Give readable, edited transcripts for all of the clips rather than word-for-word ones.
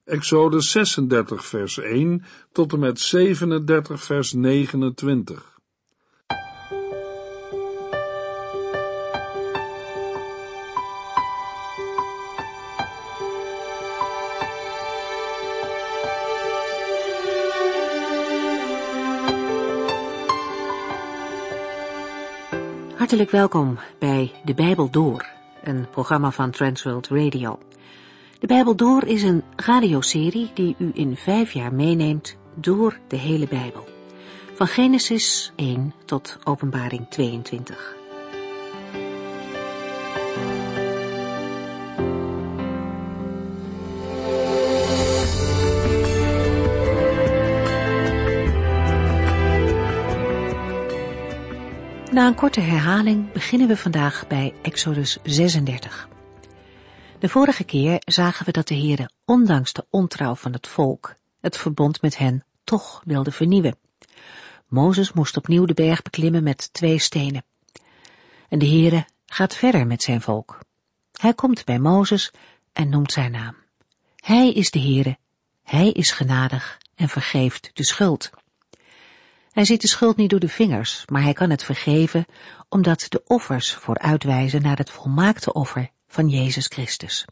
Exodus 36 vers 1 tot en met 37 vers 29. Hartelijk welkom bij De Bijbel Door, een programma van Transworld Radio. De Bijbel Door is een radioserie die u in 5 jaar meeneemt door de hele Bijbel. Van Genesis 1 tot Openbaring 22. Na een korte herhaling beginnen we vandaag bij Exodus 36. De vorige keer zagen we dat de Heere, ondanks de ontrouw van het volk, het verbond met hen toch wilde vernieuwen. Mozes moest opnieuw de berg beklimmen met 2 stenen. En de Heere gaat verder met zijn volk. Hij komt bij Mozes en noemt zijn naam. Hij is de Heere, hij is genadig en vergeeft de schuld. Hij ziet de schuld niet door de vingers, maar hij kan het vergeven, omdat de offers vooruitwijzen naar het volmaakte offer van Jezus Christus.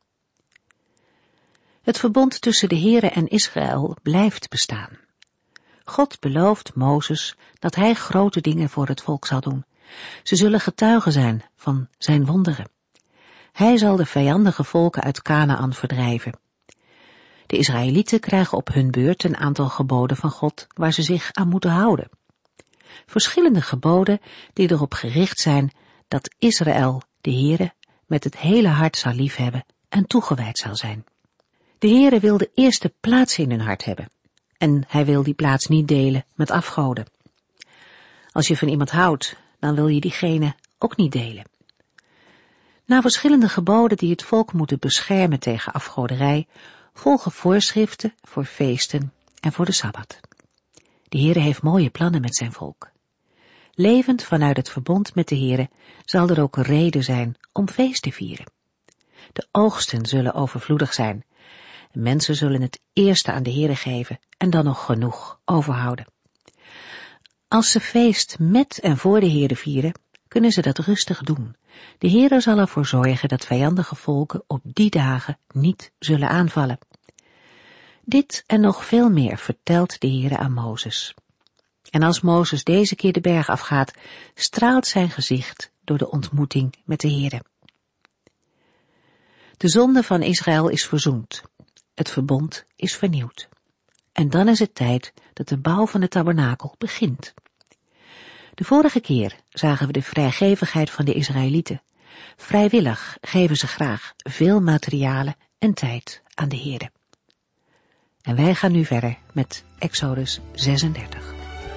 Het verbond tussen de Heere en Israël blijft bestaan. God belooft Mozes dat hij grote dingen voor het volk zal doen. Ze zullen getuigen zijn van zijn wonderen. Hij zal de vijandige volken uit Kanaän verdrijven. De Israëlieten krijgen op hun beurt een aantal geboden van God waar ze zich aan moeten houden. Verschillende geboden die erop gericht zijn dat Israël de Heere met het hele hart zal liefhebben en toegewijd zal zijn. De Heere wil de eerste plaats in hun hart hebben en hij wil die plaats niet delen met afgoden. Als je van iemand houdt, dan wil je diegene ook niet delen. Na verschillende geboden die het volk moeten beschermen tegen afgoderij, volgen voorschriften voor feesten en voor de Sabbat. De Heere heeft mooie plannen met zijn volk. Levend vanuit het verbond met de Heere zal er ook een reden zijn om feest te vieren. De oogsten zullen overvloedig zijn. Mensen zullen het eerste aan de Heere geven en dan nog genoeg overhouden. Als ze feest met en voor de Heere vieren, kunnen ze dat rustig doen. De Heere zal ervoor zorgen dat vijandige volken op die dagen niet zullen aanvallen. Dit en nog veel meer vertelt de Heere aan Mozes. En als Mozes deze keer de berg afgaat, straalt zijn gezicht door de ontmoeting met de Heere. De zonde van Israël is verzoend. Het verbond is vernieuwd. En dan is het tijd dat de bouw van de tabernakel begint. De vorige keer zagen we de vrijgevigheid van de Israëlieten. Vrijwillig geven ze graag veel materialen en tijd aan de Heere. En wij gaan nu verder met Exodus 36.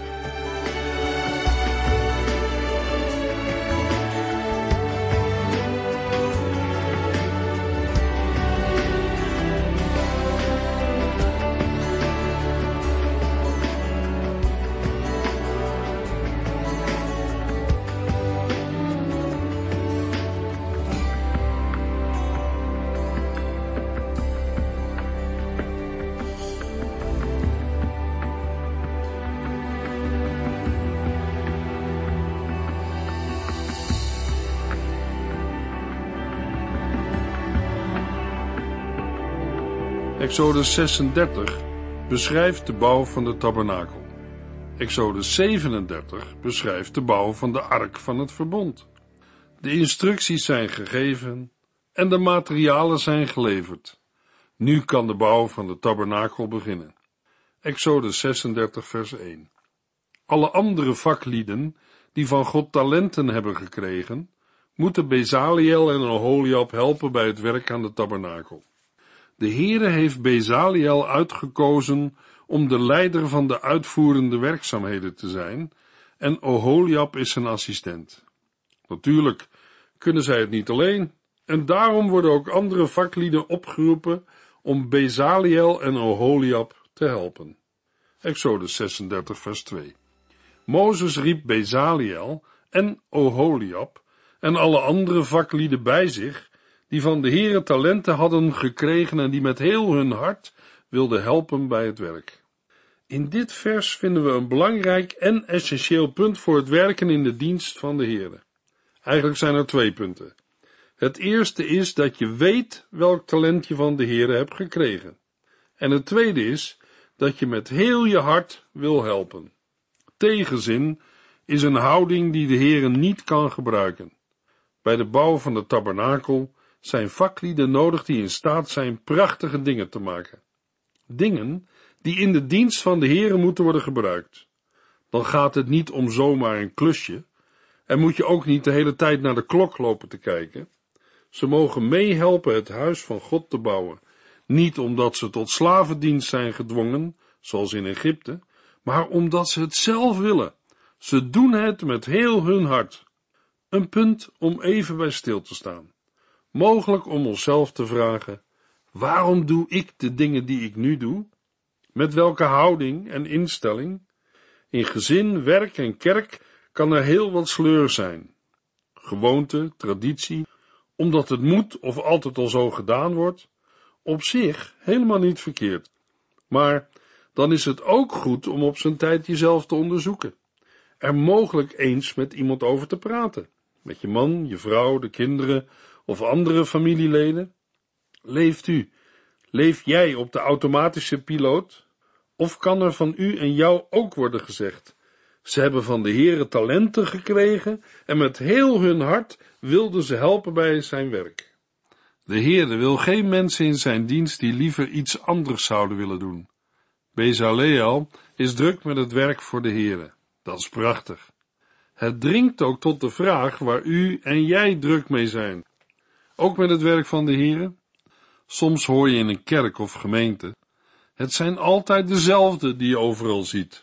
Exodus 36 beschrijft de bouw van de tabernakel. Exodus 37 beschrijft de bouw van de ark van het verbond. De instructies zijn gegeven en de materialen zijn geleverd. Nu kan de bouw van de tabernakel beginnen. Exodus 36 vers 1. Alle andere vaklieden die van God talenten hebben gekregen, moeten Bezaliel en Oholiab helpen bij het werk aan de tabernakel. De Heere heeft Bezaliel uitgekozen om de leider van de uitvoerende werkzaamheden te zijn en Oholiab is zijn assistent. Natuurlijk kunnen zij het niet alleen en daarom worden ook andere vaklieden opgeroepen om Bezaliel en Oholiab te helpen. Exodus 36 vers 2. Mozes riep Bezaliel en Oholiab en alle andere vaklieden bij zich die van de Heere talenten hadden gekregen en die met heel hun hart wilden helpen bij het werk. In dit vers vinden we een belangrijk en essentieel punt voor het werken in de dienst van de Heere. Eigenlijk zijn er 2 punten. Het eerste is dat je weet welk talent je van de Heere hebt gekregen. En het tweede is dat je met heel je hart wil helpen. Tegenzin is een houding die de Heere niet kan gebruiken. Bij de bouw van de tabernakel zijn vaklieden nodig die in staat zijn prachtige dingen te maken. Dingen die in de dienst van de Heere moeten worden gebruikt. Dan gaat het niet om zomaar een klusje en moet je ook niet de hele tijd naar de klok lopen te kijken. Ze mogen meehelpen het huis van God te bouwen, niet omdat ze tot slavendienst zijn gedwongen, zoals in Egypte, maar omdat ze het zelf willen. Ze doen het met heel hun hart. Een punt om even bij stil te staan. Mogelijk om onszelf te vragen, waarom doe ik de dingen die ik nu doe? Met welke houding en instelling? In gezin, werk en kerk kan er heel wat sleur zijn. Gewoonte, traditie, omdat het moet of altijd al zo gedaan wordt, op zich helemaal niet verkeerd. Maar dan is het ook goed om op zijn tijd jezelf te onderzoeken. Er mogelijk eens met iemand over te praten. Met je man, je vrouw, de kinderen of andere familieleden. Leef jij op de automatische piloot? Of kan er van u en jou ook worden gezegd, ze hebben van de Heere talenten gekregen en met heel hun hart wilden ze helpen bij zijn werk. De Heere wil geen mensen in zijn dienst die liever iets anders zouden willen doen. Bezaleel is druk met het werk voor de Heere. Dat is prachtig. Het dringt ook tot de vraag waar u en jij druk mee zijn. Ook met het werk van de Heere? Soms hoor je in een kerk of gemeente, het zijn altijd dezelfde die je overal ziet.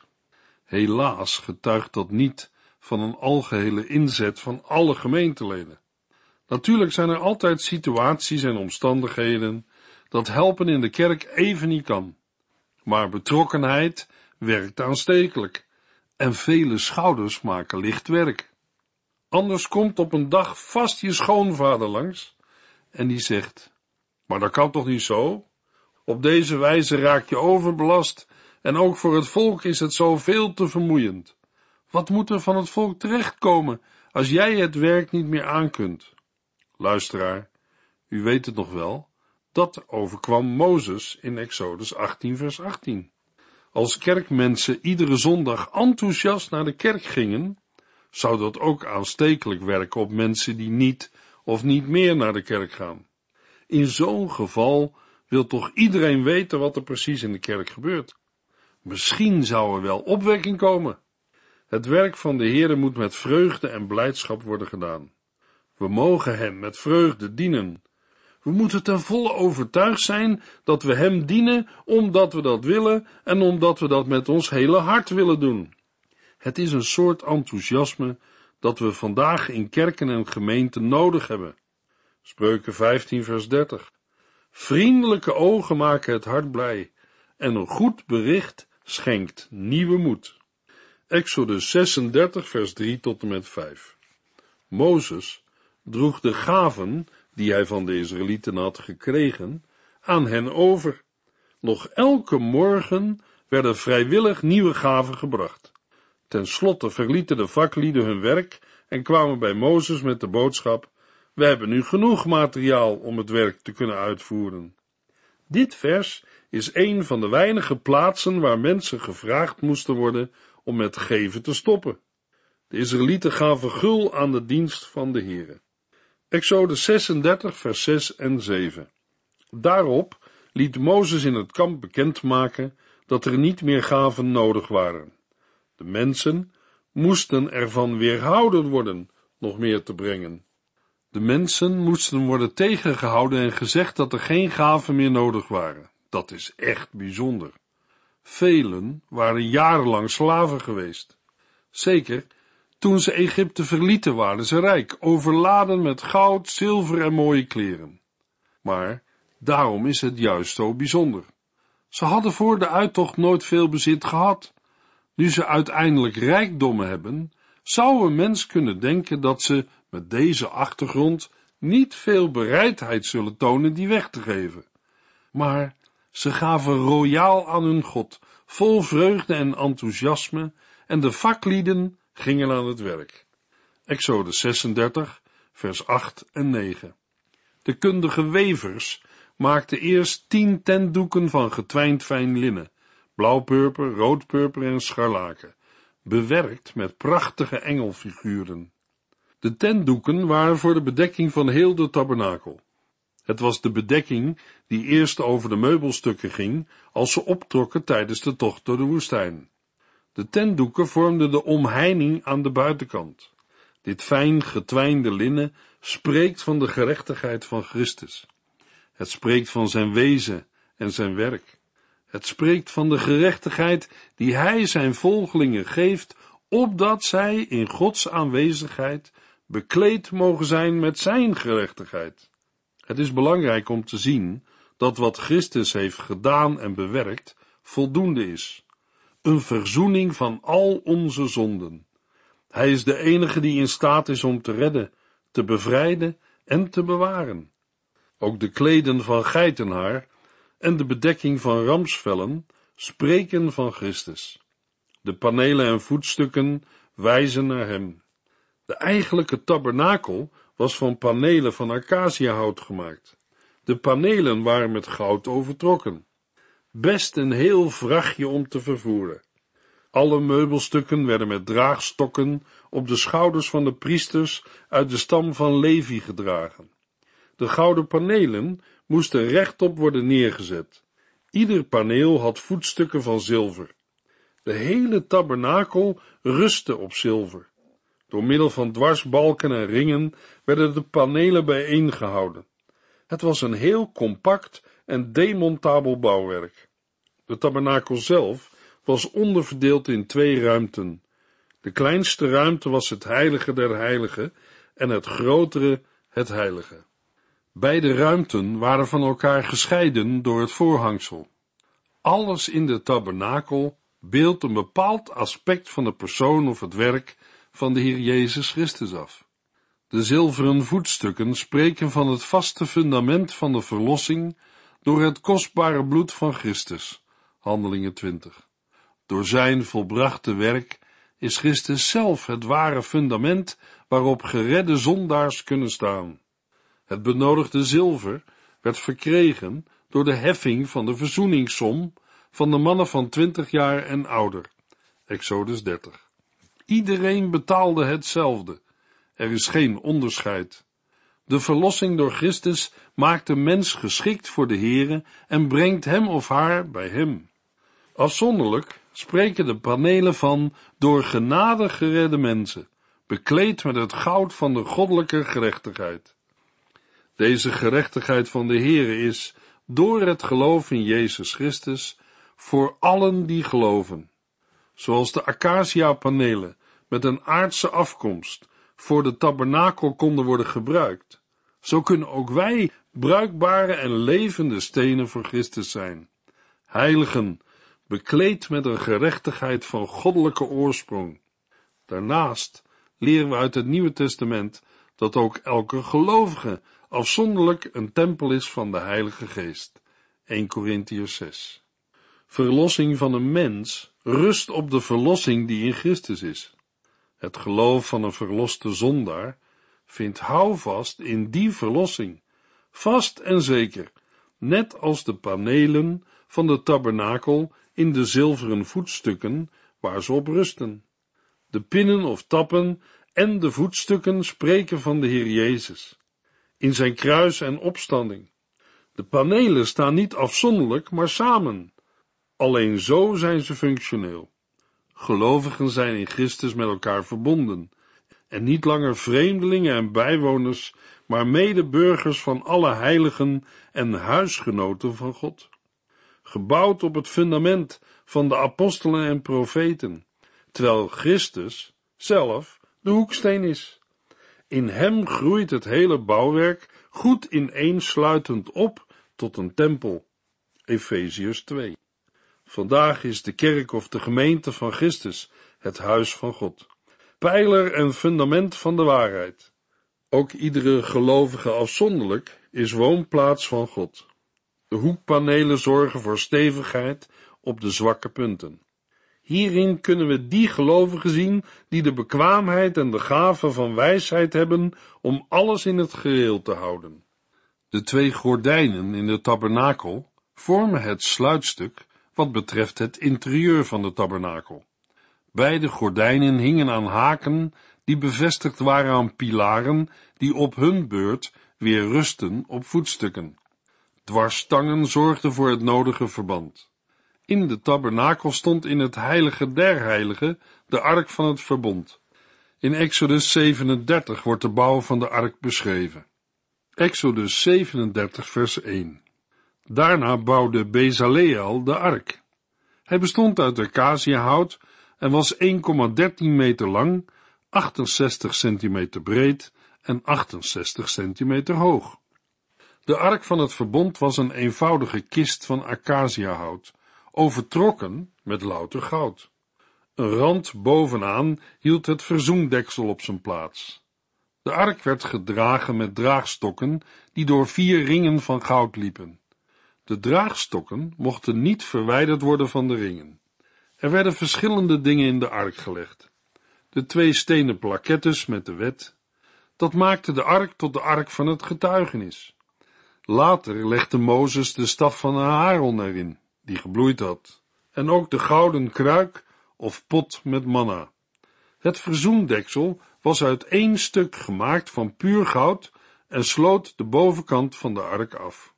Helaas getuigt dat niet van een algehele inzet van alle gemeenteleden. Natuurlijk zijn er altijd situaties en omstandigheden dat helpen in de kerk even niet kan. Maar betrokkenheid werkt aanstekelijk en vele schouders maken licht werk. Anders komt op een dag vast je schoonvader langs en die zegt, maar dat kan toch niet zo? Op deze wijze raak je overbelast en ook voor het volk is het zo veel te vermoeiend. Wat moet er van het volk terechtkomen als jij het werk niet meer aankunt? Luisteraar, u weet het nog wel, dat overkwam Mozes in Exodus 18 vers 18. Als kerkmensen iedere zondag enthousiast naar de kerk gingen, zou dat ook aanstekelijk werken op mensen die niet of niet meer naar de kerk gaan. In zo'n geval wil toch iedereen weten wat er precies in de kerk gebeurt. Misschien zou er wel opwekking komen. Het werk van de Heere moet met vreugde en blijdschap worden gedaan. We mogen hem met vreugde dienen. We moeten ten volle overtuigd zijn dat we hem dienen omdat we dat willen en omdat we dat met ons hele hart willen doen. Het is een soort enthousiasme dat we vandaag in kerken en gemeenten nodig hebben. Spreuken 15 vers 30. Vriendelijke ogen maken het hart blij en een goed bericht schenkt nieuwe moed. Exodus 36 vers 3 tot en met 5. Mozes droeg de gaven die hij van de Israëlieten had gekregen aan hen over. Nog elke morgen werden vrijwillig nieuwe gaven gebracht. Ten slotte verlieten de vaklieden hun werk en kwamen bij Mozes met de boodschap, we hebben nu genoeg materiaal om het werk te kunnen uitvoeren. Dit vers is een van de weinige plaatsen waar mensen gevraagd moesten worden om met geven te stoppen. De Israëlieten gaven gul aan de dienst van de Heere. Exodus 36 vers 6 en 7. Daarop liet Mozes in het kamp bekendmaken dat er niet meer gaven nodig waren. De mensen moesten ervan weerhouden worden nog meer te brengen. De mensen moesten worden tegengehouden en gezegd dat er geen gaven meer nodig waren. Dat is echt bijzonder. Velen waren jarenlang slaven geweest. Zeker, toen ze Egypte verlieten waren ze rijk, overladen met goud, zilver en mooie kleren. Maar daarom is het juist zo bijzonder. Ze hadden voor de uittocht nooit veel bezit gehad. Nu ze uiteindelijk rijkdommen hebben, zou een mens kunnen denken dat ze met deze achtergrond niet veel bereidheid zullen tonen die weg te geven. Maar ze gaven royaal aan hun God, vol vreugde en enthousiasme, en de vaklieden gingen aan het werk. Exodus 36, vers 8 en 9. De kundige wevers maakten eerst 10 tentdoeken van getwijnd fijn linnen, blauwpurper, roodpurper en scharlaken, bewerkt met prachtige engelfiguren. De tentdoeken waren voor de bedekking van heel de tabernakel. Het was de bedekking die eerst over de meubelstukken ging als ze optrokken tijdens de tocht door de woestijn. De tentdoeken vormden de omheining aan de buitenkant. Dit fijn getwijnde linnen spreekt van de gerechtigheid van Christus. Het spreekt van zijn wezen en zijn werk. Het spreekt van de gerechtigheid die hij zijn volgelingen geeft, opdat zij in Gods aanwezigheid bekleed mogen zijn met zijn gerechtigheid. Het is belangrijk om te zien dat wat Christus heeft gedaan en bewerkt voldoende is. Een verzoening van al onze zonden. Hij is de enige die in staat is om te redden, te bevrijden en te bewaren. Ook de kleden van geitenhaar en de bedekking van ramsvellen spreken van Christus. De panelen en voetstukken wijzen naar hem. De eigenlijke tabernakel was van panelen van acaciahout gemaakt. De panelen waren met goud overtrokken. Best een heel vrachtje om te vervoeren. Alle meubelstukken werden met draagstokken op de schouders van de priesters uit de stam van Levi gedragen. De gouden panelen moesten rechtop worden neergezet. Ieder paneel had voetstukken van zilver. De hele tabernakel rustte op zilver. Door middel van dwarsbalken en ringen werden de panelen bijeengehouden. Het was een heel compact en demontabel bouwwerk. De tabernakel zelf was onderverdeeld in 2 ruimten. De kleinste ruimte was het heilige der heiligen en het grotere het heilige. Beide ruimten waren van elkaar gescheiden door het voorhangsel. Alles in de tabernakel beeldt een bepaald aspect van de persoon of het werk van de Heer Jezus Christus af. De zilveren voetstukken spreken van het vaste fundament van de verlossing door het kostbare bloed van Christus. Handelingen 20. Door zijn volbrachte werk is Christus zelf het ware fundament waarop geredde zondaars kunnen staan. Het benodigde zilver werd verkregen door de heffing van de verzoeningssom van de mannen van 20 jaar en ouder. Exodus 30. Iedereen betaalde hetzelfde. Er is geen onderscheid. De verlossing door Christus maakt de mens geschikt voor de Here en brengt hem of haar bij hem. Afzonderlijk spreken de panelen van door genade geredde mensen, bekleed met het goud van de goddelijke gerechtigheid. Deze gerechtigheid van de Here is, door het geloof in Jezus Christus, voor allen die geloven. Zoals de acacia-panelen met een aardse afkomst voor de tabernakel konden worden gebruikt, zo kunnen ook wij bruikbare en levende stenen voor Christus zijn. Heiligen, bekleed met een gerechtigheid van goddelijke oorsprong. Daarnaast leren we uit het Nieuwe Testament dat ook elke gelovige afzonderlijk een tempel is van de Heilige Geest. 1 Korintiërs 6. Verlossing van een mens rust op de verlossing die in Christus is. Het geloof van een verloste zondaar vindt houvast in die verlossing, vast en zeker, net als de panelen van de tabernakel in de zilveren voetstukken waar ze op rusten. De pinnen of tappen en de voetstukken spreken van de Heer Jezus, in zijn kruis en opstanding. De panelen staan niet afzonderlijk, maar samen. Alleen zo zijn ze functioneel. Gelovigen zijn in Christus met elkaar verbonden, en niet langer vreemdelingen en bijwoners, maar medeburgers van alle heiligen en huisgenoten van God. Gebouwd op het fundament van de apostelen en profeten, terwijl Christus zelf de hoeksteen is. In hem groeit het hele bouwwerk goed ineensluitend op tot een tempel. Efeziërs 2. Vandaag is de kerk of de gemeente van Christus het huis van God, pijler en fundament van de waarheid. Ook iedere gelovige afzonderlijk is woonplaats van God. De hoekpanelen zorgen voor stevigheid op de zwakke punten. Hierin kunnen we die gelovigen zien die de bekwaamheid en de gave van wijsheid hebben om alles in het geheel te houden. De 2 gordijnen in de tabernakel vormen het sluitstuk wat betreft het interieur van de tabernakel. Beide gordijnen hingen aan haken die bevestigd waren aan pilaren die op hun beurt weer rusten op voetstukken. Dwarsstangen zorgden voor het nodige verband. In de tabernakel stond in het heilige der heiligen de ark van het verbond. In Exodus 37 wordt de bouw van de ark beschreven. Exodus 37 vers 1. Daarna bouwde Bezaleel de ark. Hij bestond uit acaciahout en was 1,13 meter lang, 68 centimeter breed en 68 centimeter hoog. De ark van het verbond was een eenvoudige kist van acaciahout, overtrokken met louter goud. Een rand bovenaan hield het verzoendeksel op zijn plaats. De ark werd gedragen met draagstokken die door 4 ringen van goud liepen. De draagstokken mochten niet verwijderd worden van de ringen. Er werden verschillende dingen in de ark gelegd. De 2 stenen plakettes met de wet. Dat maakte de ark tot de ark van het getuigenis. Later legde Mozes de staf van Aaron erin, die gebloeid had, en ook de gouden kruik of pot met manna. Het verzoendeksel was uit 1 stuk gemaakt van puur goud en sloot de bovenkant van de ark af.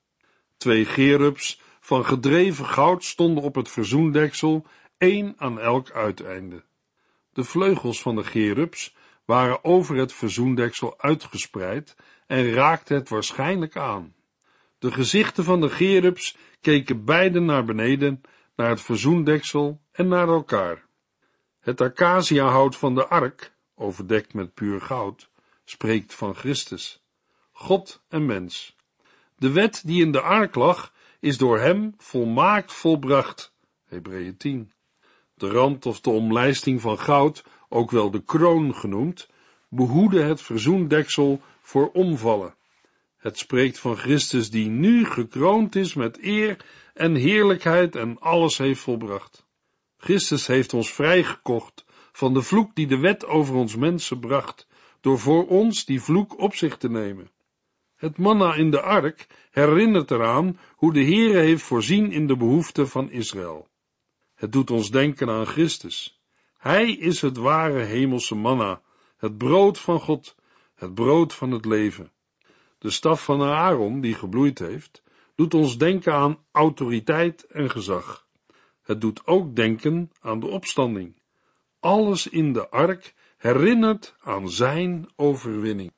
2 gerubs van gedreven goud stonden op het verzoendeksel, 1 aan elk uiteinde. De vleugels van de gerubs waren over het verzoendeksel uitgespreid en raakten het waarschijnlijk aan. De gezichten van de gerubs keken beide naar beneden, naar het verzoendeksel en naar elkaar. Het acaciahout van de ark, overdekt met puur goud, spreekt van Christus, God en mens. De wet die in de ark lag, is door hem volmaakt volbracht. Hebreeën 10. De rand of de omlijsting van goud, ook wel de kroon genoemd, behoedde het verzoendeksel voor omvallen. Het spreekt van Christus die nu gekroond is met eer en heerlijkheid en alles heeft volbracht. Christus heeft ons vrijgekocht van de vloek die de wet over ons mensen bracht, door voor ons die vloek op zich te nemen. Het manna in de ark herinnert eraan hoe de Heere heeft voorzien in de behoeften van Israël. Het doet ons denken aan Christus. Hij is het ware hemelse manna, het brood van God, het brood van het leven. De staf van Aaron, die gebloeid heeft, doet ons denken aan autoriteit en gezag. Het doet ook denken aan de opstanding. Alles in de ark herinnert aan zijn overwinning.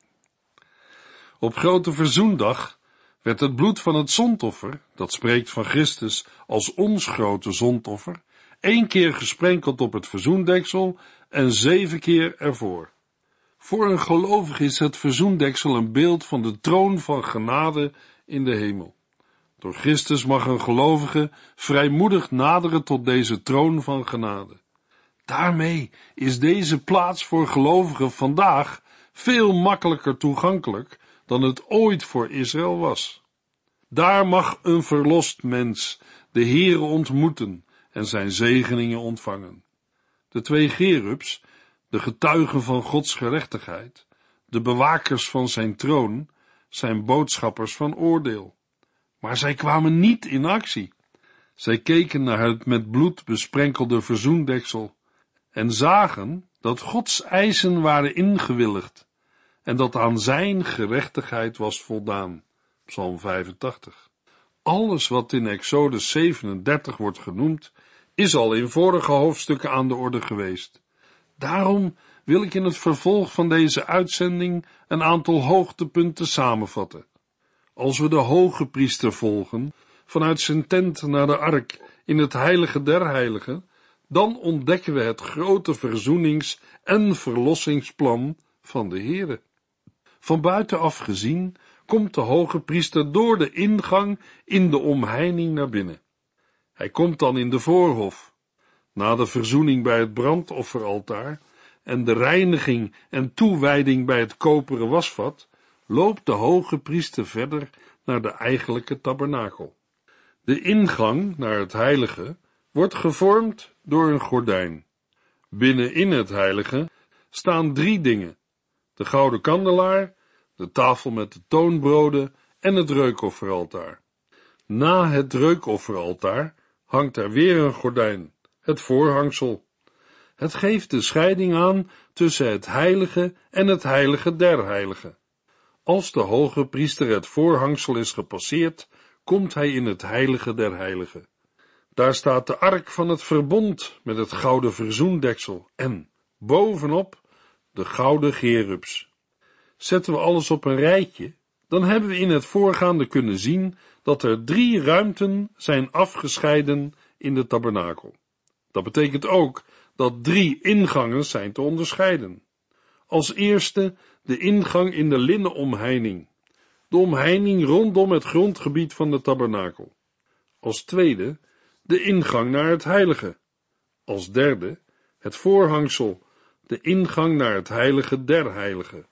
Op Grote Verzoendag werd het bloed van het zondoffer, dat spreekt van Christus als ons grote zondoffer, 1 keer gesprenkeld op het verzoendeksel en 7 keer ervoor. Voor een gelovige is het verzoendeksel een beeld van de troon van genade in de hemel. Door Christus mag een gelovige vrijmoedig naderen tot deze troon van genade. Daarmee is deze plaats voor gelovigen vandaag veel makkelijker toegankelijk dan het ooit voor Israël was. Daar mag een verlost mens de Heere ontmoeten en zijn zegeningen ontvangen. De 2 gerubs, de getuigen van Gods gerechtigheid, de bewakers van zijn troon, zijn boodschappers van oordeel. Maar zij kwamen niet in actie. Zij keken naar het met bloed besprenkelde verzoendeksel en zagen dat Gods eisen waren ingewilligd en dat aan zijn gerechtigheid was voldaan. Psalm 85. Alles wat in Exodus 37 wordt genoemd, is al in vorige hoofdstukken aan de orde geweest. Daarom wil ik in het vervolg van deze uitzending een aantal hoogtepunten samenvatten. Als we de hoge priester volgen, vanuit zijn tent naar de ark in het heilige der heiligen, dan ontdekken we het grote verzoenings- en verlossingsplan van de Heere. Van buitenaf gezien komt de hoge priester door de ingang in de omheining naar binnen. Hij komt dan in de voorhof. Na de verzoening bij het brandofferaltaar en de reiniging en toewijding bij het koperen wasvat, loopt de hoge priester verder naar de eigenlijke tabernakel. De ingang naar het heilige wordt gevormd door een gordijn. Binnenin het heilige staan 3 dingen: de gouden kandelaar, de tafel met de toonbroden en het reukofferaltaar. Na het reukofferaltaar hangt er weer een gordijn, het voorhangsel. Het geeft de scheiding aan tussen het heilige en het heilige der heiligen. Als de hoge priester het voorhangsel is gepasseerd, komt hij in het heilige der heiligen. Daar staat de ark van het verbond met het gouden verzoendeksel en, bovenop, de gouden gerubs. Zetten we alles op een rijtje, dan hebben we in het voorgaande kunnen zien dat er 3 ruimten zijn afgescheiden in de tabernakel. Dat betekent ook dat 3 ingangen zijn te onderscheiden. Als eerste de ingang in de linnen omheining, de omheining rondom het grondgebied van de tabernakel. Als tweede de ingang naar het heilige. Als derde het voorhangsel, de ingang naar het heilige der heiligen.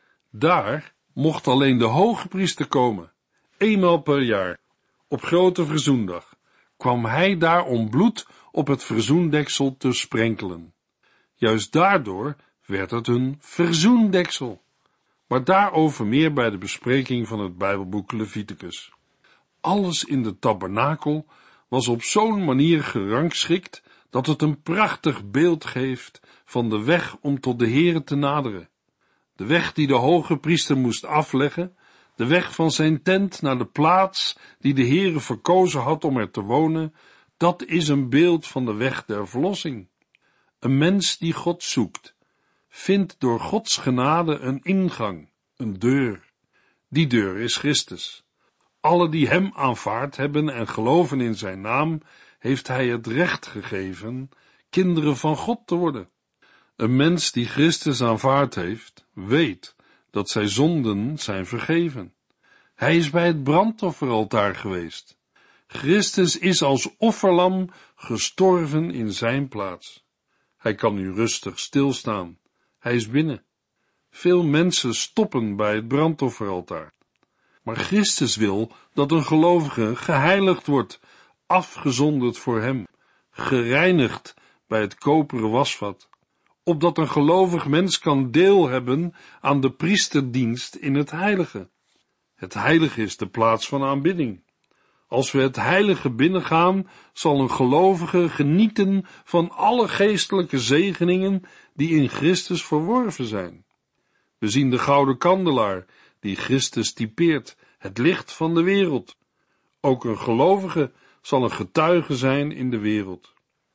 Daar mocht alleen de hoge priester komen, eenmaal per jaar. Op grote verzoendag kwam hij daar om bloed op het verzoendeksel te sprenkelen. Juist daardoor werd het een verzoendeksel. Maar daarover meer bij de bespreking van het Bijbelboek Leviticus. Alles in de tabernakel was op zo'n manier gerangschikt dat het een prachtig beeld geeft van de weg om tot de Here te naderen. De weg die de hoge priester moest afleggen, de weg van zijn tent naar de plaats die de Here verkozen had om er te wonen, dat is een beeld van de weg der verlossing. Een mens die God zoekt, vindt door Gods genade een ingang, een deur. Die deur is Christus. Alle die hem aanvaard hebben en geloven in zijn naam, heeft hij het recht gegeven kinderen van God te worden. Een mens die Christus aanvaard heeft, weet dat zijn zonden zijn vergeven. Hij is bij het brandofferaltaar geweest. Christus is als offerlam gestorven in zijn plaats. Hij kan nu rustig stilstaan. Hij is binnen. Veel mensen stoppen bij het brandofferaltaar. Maar Christus wil dat een gelovige geheiligd wordt, afgezonderd voor hem, gereinigd bij het koperen wasvat, opdat een gelovig mens kan deel hebben aan de priesterdienst in het heilige. Het heilige is de plaats van aanbidding. Als we het heilige binnengaan, zal een gelovige genieten van alle geestelijke zegeningen die in Christus verworven zijn. We zien de gouden kandelaar, die Christus typeert, het licht van de wereld. Ook een gelovige zal een getuige zijn in de wereld.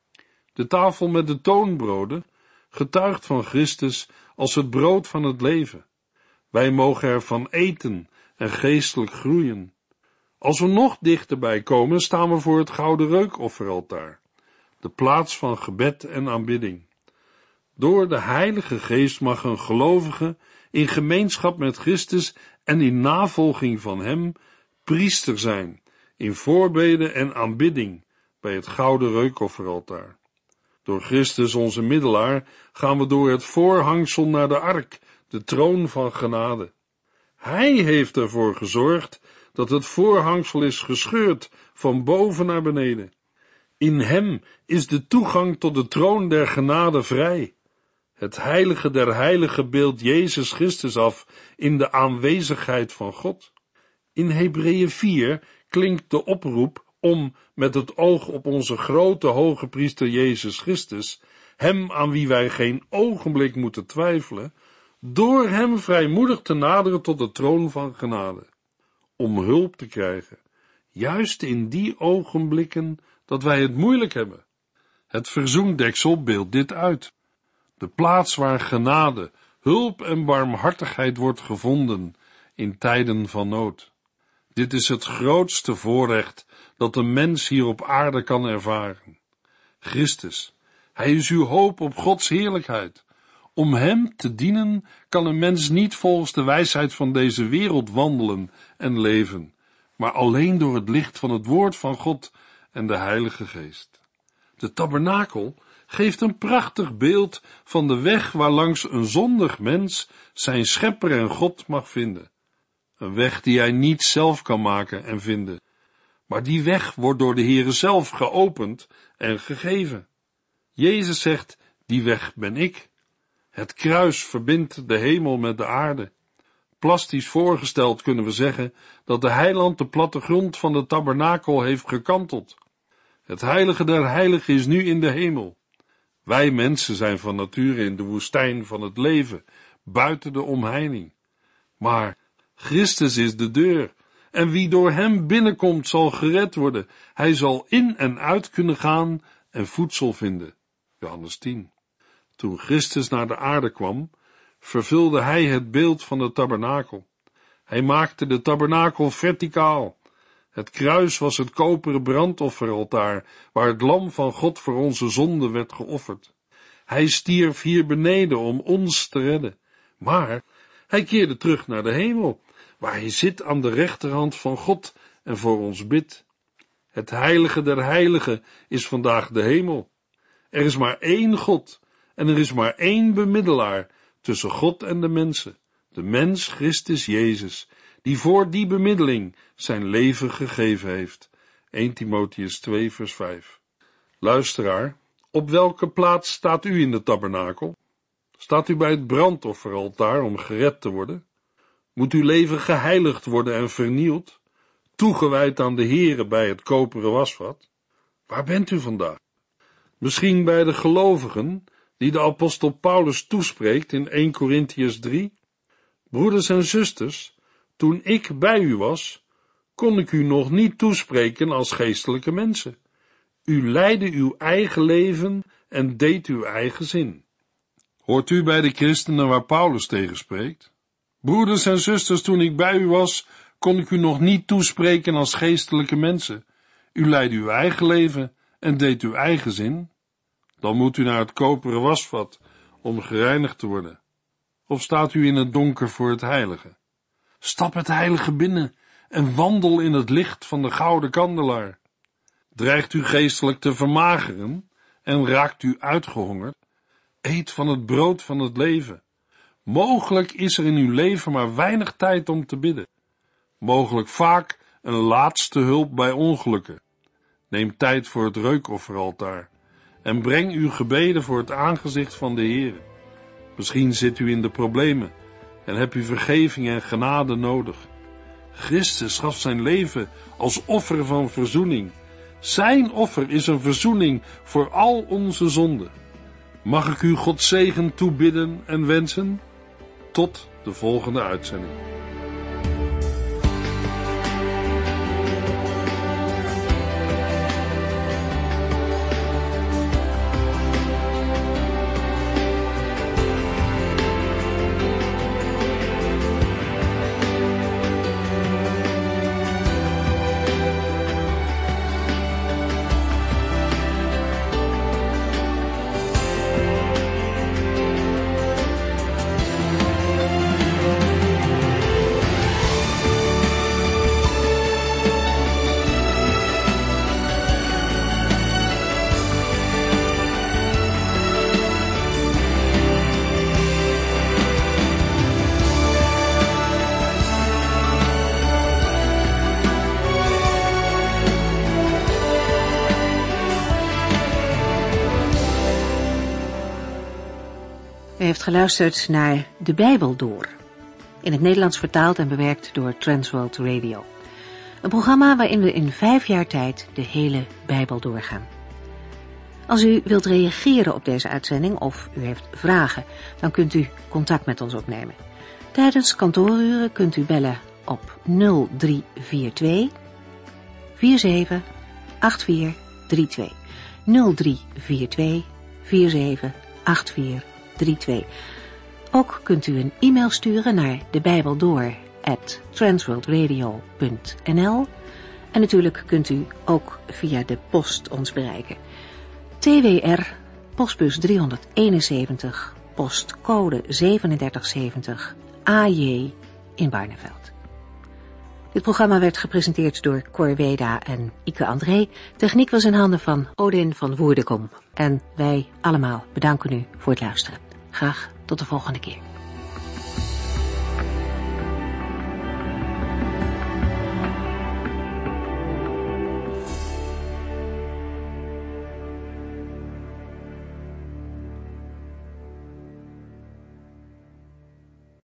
De tafel met de toonbroden getuigt van Christus als het brood van het leven. Wij mogen ervan eten en geestelijk groeien. Als we nog dichterbij komen, staan we voor het gouden reukofferaltaar, de plaats van gebed en aanbidding. Door de Heilige Geest mag een gelovige in gemeenschap met Christus en in navolging van hem priester zijn, in voorbeden en aanbidding bij het gouden reukofferaltaar. Door Christus onze middelaar gaan we door het voorhangsel naar de ark, de troon van genade. Hij heeft ervoor gezorgd dat het voorhangsel is gescheurd van boven naar beneden. In hem is de toegang tot de troon der genade vrij. Het heilige der heiligen beeldt Jezus Christus af in de aanwezigheid van God. In Hebreeën 4 klinkt de oproep om met het oog op onze grote hoge priester Jezus Christus, hem aan wie wij geen ogenblik moeten twijfelen, door hem vrijmoedig te naderen tot de troon van genade, om hulp te krijgen, juist in die ogenblikken dat wij het moeilijk hebben. Het verzoendeksel beeldt dit uit. De plaats waar genade, hulp en barmhartigheid wordt gevonden in tijden van nood. Dit is het grootste voorrecht dat een mens hier op aarde kan ervaren. Christus, hij is uw hoop op Gods heerlijkheid. Om hem te dienen kan een mens niet volgens de wijsheid van deze wereld wandelen en leven, maar alleen door het licht van het woord van God en de Heilige Geest. De tabernakel geeft een prachtig beeld van de weg waarlangs een zondig mens zijn schepper en God mag vinden. Een weg die hij niet zelf kan maken en vinden, maar die weg wordt door de Heere zelf geopend en gegeven. Jezus zegt, die weg ben ik. Het kruis verbindt de hemel met de aarde. Plastisch voorgesteld kunnen we zeggen dat de heiland de plattegrond van de tabernakel heeft gekanteld. Het heilige der heiligen is nu in de hemel. Wij mensen zijn van nature in de woestijn van het leven, buiten de omheining. Maar Christus is de deur, en wie door hem binnenkomt zal gered worden. Hij zal in en uit kunnen gaan en voedsel vinden. Johannes 10. Toen Christus naar de aarde kwam, vervulde hij het beeld van de tabernakel. Hij maakte de tabernakel verticaal. Het kruis was het koperen brandofferaltaar, waar het lam van God voor onze zonde werd geofferd. Hij stierf hier beneden om ons te redden. Maar hij keerde terug naar de hemel, waar hij zit aan de rechterhand van God en voor ons bidt. Het heilige der heiligen is vandaag de hemel. Er is maar één God en er is maar één bemiddelaar tussen God en de mensen, de mens Christus Jezus, die voor die bemiddeling zijn leven gegeven heeft. 1 Timotheüs 2 vers 5. Luisteraar, op welke plaats staat u in de tabernakel? Staat u bij het brandofferaltaar om gered te worden? Moet uw leven geheiligd worden en vernieuwd, toegewijd aan de Heere bij het koperen wasvat? Waar bent u vandaag? Misschien bij de gelovigen die de apostel Paulus toespreekt in 1 Korintiërs 3? Broeders en zusters, toen ik bij u was, kon ik u nog niet toespreken als geestelijke mensen. U leidde uw eigen leven en deed uw eigen zin. Hoort u bij de christenen waar Paulus tegen spreekt? Broeders en zusters, toen ik bij u was, kon ik u nog niet toespreken als geestelijke mensen. U leidde uw eigen leven en deed uw eigen zin. Dan moet u naar het koperen wasvat om gereinigd te worden. Of staat u in het donker voor het heilige? Stap het heilige binnen en wandel in het licht van de gouden kandelaar. Dreigt u geestelijk te vermageren en raakt u uitgehongerd? Eet van het brood van het leven. Mogelijk is er in uw leven maar weinig tijd om te bidden. Mogelijk vaak een laatste hulp bij ongelukken. Neem tijd voor het reukofferaltaar en breng uw gebeden voor het aangezicht van de Heere. Misschien zit u in de problemen en hebt u vergeving en genade nodig. Christus gaf zijn leven als offer van verzoening. Zijn offer is een verzoening voor al onze zonden. Mag ik u Gods zegen toebidden en wensen? Tot de volgende uitzending. U heeft geluisterd naar De Bijbel Door, in het Nederlands vertaald en bewerkt door Transworld Radio. Een programma waarin we in 5 jaar tijd de hele Bijbel doorgaan. Als u wilt reageren op deze uitzending of u heeft vragen, dan kunt u contact met ons opnemen. Tijdens kantooruren kunt u bellen op 0342 47 8432. 0342 47 8432. Ook kunt u een e-mail sturen naar debijbeldoor@transworldradio.nl en natuurlijk kunt u ook via de post ons bereiken. TWR, postbus 371, postcode 3770, AJ in Barneveld. Dit programma werd gepresenteerd door Cor Weda en Ike André. Techniek was in handen van Odin van Woerdekom. En wij allemaal bedanken u voor het luisteren. Graag tot de volgende keer.